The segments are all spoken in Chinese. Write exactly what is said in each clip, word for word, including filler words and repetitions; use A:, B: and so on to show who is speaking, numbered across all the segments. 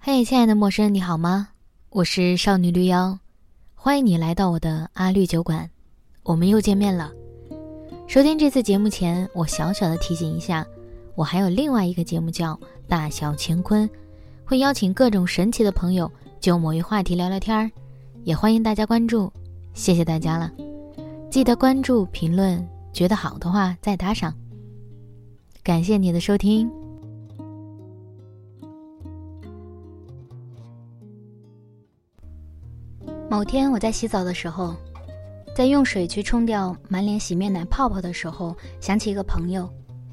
A: 嘿，亲爱的陌生人，你好吗？我是少女绿妖，欢迎你来到我的阿绿酒馆，我们又见面了。收听这次节目前，我小小的提醒一下，我还有另外一个节目叫大小乾坤，会邀请各种神奇的朋友就某一话题聊聊天儿，也欢迎大家关注，谢谢大家了。记得关注评论，觉得好的话再打赏。感谢你的收听。某天我在洗澡的时候，在用水去冲掉满脸洗面奶泡泡的时候，想起一个朋友，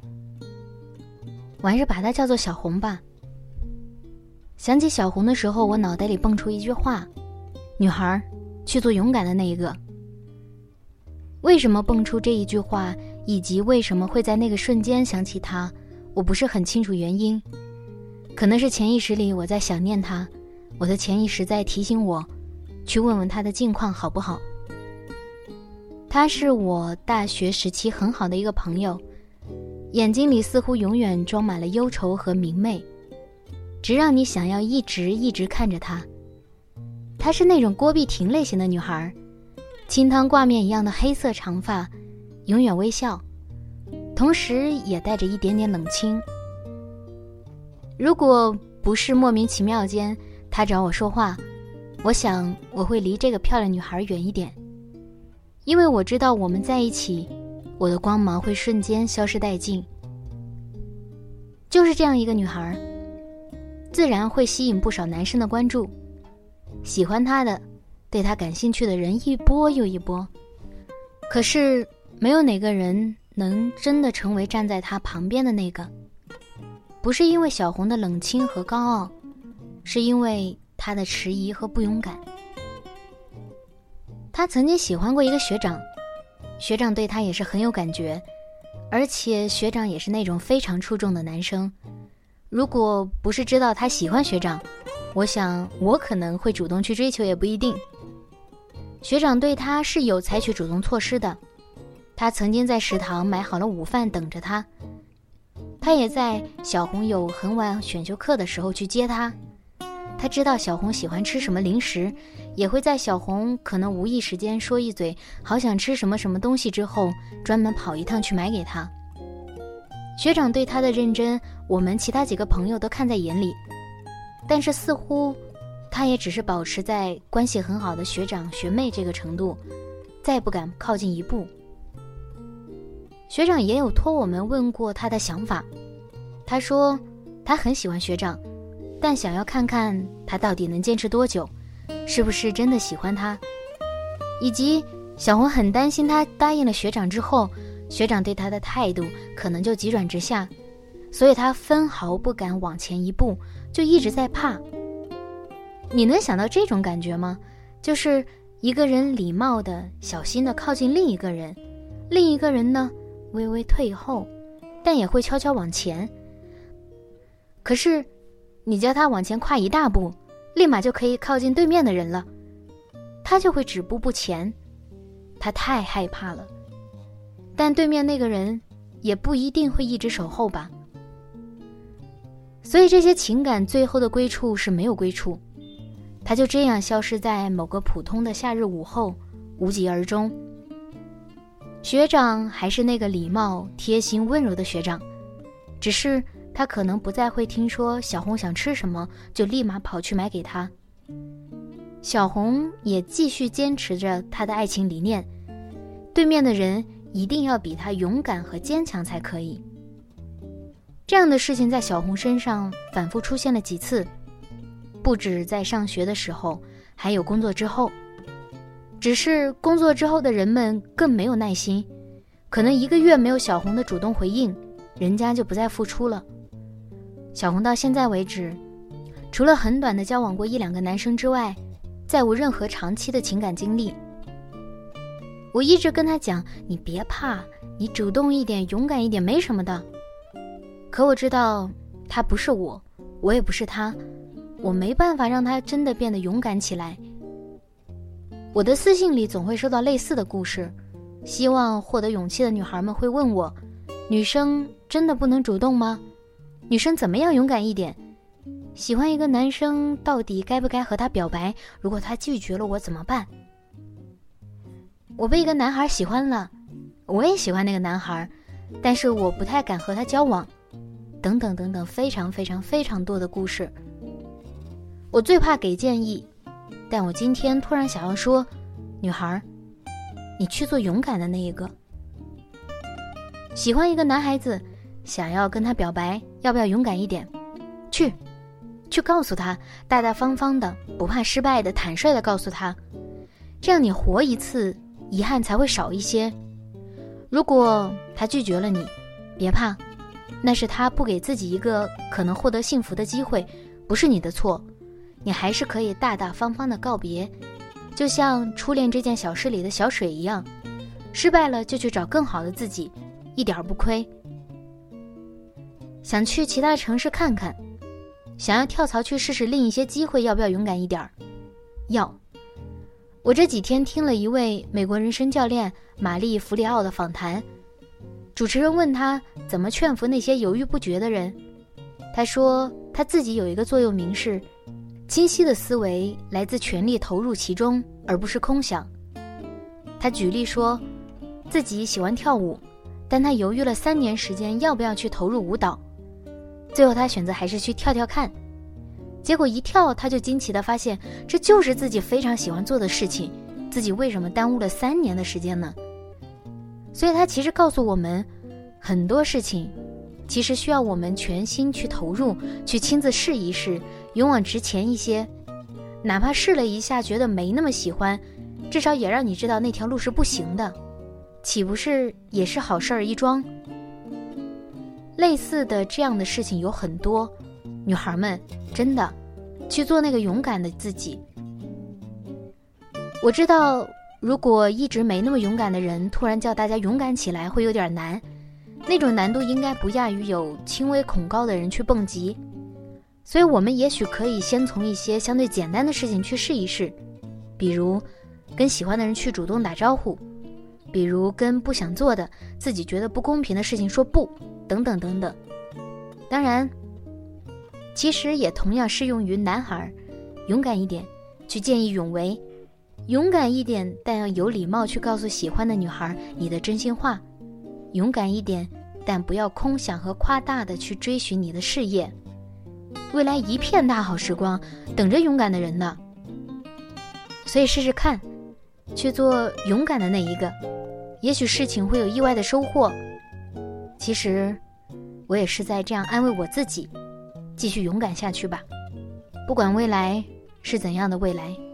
A: 我还是把他叫做小红吧。想起小红的时候，我脑袋里蹦出一句话：女孩，去做勇敢的那一个。为什么蹦出这一句话，以及为什么会在那个瞬间想起他，我不是很清楚原因。可能是潜意识里我在想念他，我的潜意识在提醒我去问问他的近况好不好。他是我大学时期很好的一个朋友，眼睛里似乎永远装满了忧愁和明媚，直让你想要一直一直看着他。她是那种郭碧婷类型的女孩，清汤挂面一样的黑色长发，永远微笑，同时也带着一点点冷清。如果不是莫名其妙间她找我说话，我想我会离这个漂亮女孩远一点，因为我知道我们在一起，我的光芒会瞬间消失殆尽。就是这样一个女孩，自然会吸引不少男生的关注，喜欢她的，对她感兴趣的人一波又一波。可是没有哪个人能真的成为站在她旁边的那个，不是因为小红的冷清和高傲，是因为他的迟疑和不勇敢。他曾经喜欢过一个学长，学长对他也是很有感觉，而且学长也是那种非常出众的男生。如果不是知道他喜欢学长，我想我可能会主动去追求也不一定。学长对他是有采取主动措施的，他曾经在食堂买好了午饭等着他，他也在小红有很晚选修课的时候去接他。他知道小红喜欢吃什么零食，也会在小红可能无意时间说一嘴好想吃什么什么东西之后，专门跑一趟去买给他。学长对他的认真，我们其他几个朋友都看在眼里，但是似乎他也只是保持在关系很好的学长学妹这个程度，再不敢靠近一步。学长也有托我们问过他的想法，他说他很喜欢学长，但想要看看他到底能坚持多久，是不是真的喜欢他，以及小红很担心他答应了学长之后，学长对他的态度可能就急转直下，所以他分毫不敢往前一步，就一直在怕。你能想到这种感觉吗？就是一个人礼貌的小心的靠近另一个人，另一个人呢微微退后，但也会悄悄往前。可是你叫他往前跨一大步，立马就可以靠近对面的人了，他就会止步不前，他太害怕了。但对面那个人也不一定会一直守候吧。所以这些情感最后的归处是没有归处，他就这样消失在某个普通的夏日午后，无疾而终。学长还是那个礼貌、贴心、温柔的学长，只是他可能不再会听说小红想吃什么就立马跑去买给他。小红也继续坚持着他的爱情理念，对面的人一定要比他勇敢和坚强才可以。这样的事情在小红身上反复出现了几次，不止在上学的时候，还有工作之后。只是工作之后的人们更没有耐心，可能一个月没有小红的主动回应，人家就不再付出了。小红到现在为止，除了很短的交往过一两个男生之外，再无任何长期的情感经历。我一直跟他讲，你别怕，你主动一点，勇敢一点，没什么的。可我知道他不是我，我也不是他，我没办法让他真的变得勇敢起来。我的私信里总会收到类似的故事，希望获得勇气的女孩们会问我，女生真的不能主动吗？女生怎么样勇敢一点？ 喜欢一个男生到底该不该和他表白？如果他拒绝了我怎么办？我被一个男孩喜欢了，我也喜欢那个男孩，但是我不太敢和他交往，等等等等，非常非常非常多的故事。我最怕给建议，但我今天突然想要说，女孩，你去做勇敢的那一个。喜欢一个男孩子，想要跟他表白，要不要勇敢一点？去去告诉他，大大方方的，不怕失败的，坦率的告诉他，这样你活一次，遗憾才会少一些。如果他拒绝了你，别怕，那是他不给自己一个可能获得幸福的机会，不是你的错，你还是可以大大方方的告别，就像初恋这件小事里的小水一样，失败了就去找更好的自己，一点不亏。想去其他城市看看，想要跳槽去试试另一些机会，要不要勇敢一点？要。我这几天听了一位美国人生教练玛丽·弗里奥的访谈，主持人问他怎么劝服那些犹豫不决的人。他说他自己有一个座右铭是，清晰的思维来自全力投入其中，而不是空想。他举例说，自己喜欢跳舞，但他犹豫了三年时间要不要去投入舞蹈，最后他选择还是去跳跳看，结果一跳他就惊奇地发现，这就是自己非常喜欢做的事情，自己为什么耽误了三年的时间呢？所以他其实告诉我们，很多事情其实需要我们全心去投入，去亲自试一试，勇往直前一些，哪怕试了一下觉得没那么喜欢，至少也让你知道那条路是不行的，岂不是也是好事儿一桩？类似的这样的事情有很多，女孩们真的去做那个勇敢的自己。我知道如果一直没那么勇敢的人突然叫大家勇敢起来会有点难，那种难度应该不亚于有轻微恐高的人去蹦极，所以我们也许可以先从一些相对简单的事情去试一试，比如跟喜欢的人去主动打招呼，比如跟不想做的自己觉得不公平的事情说不，等等等等。当然其实也同样适用于男孩，勇敢一点，去见义勇为，勇敢一点，但要有礼貌去告诉喜欢的女孩你的真心话，勇敢一点，但不要空想和夸大的去追寻你的事业，未来一片大好时光等着勇敢的人呢。所以试试看，去做勇敢的那一个，也许事情会有意外的收获。其实我也是在这样安慰我自己，继续勇敢下去吧，不管未来是怎样的未来。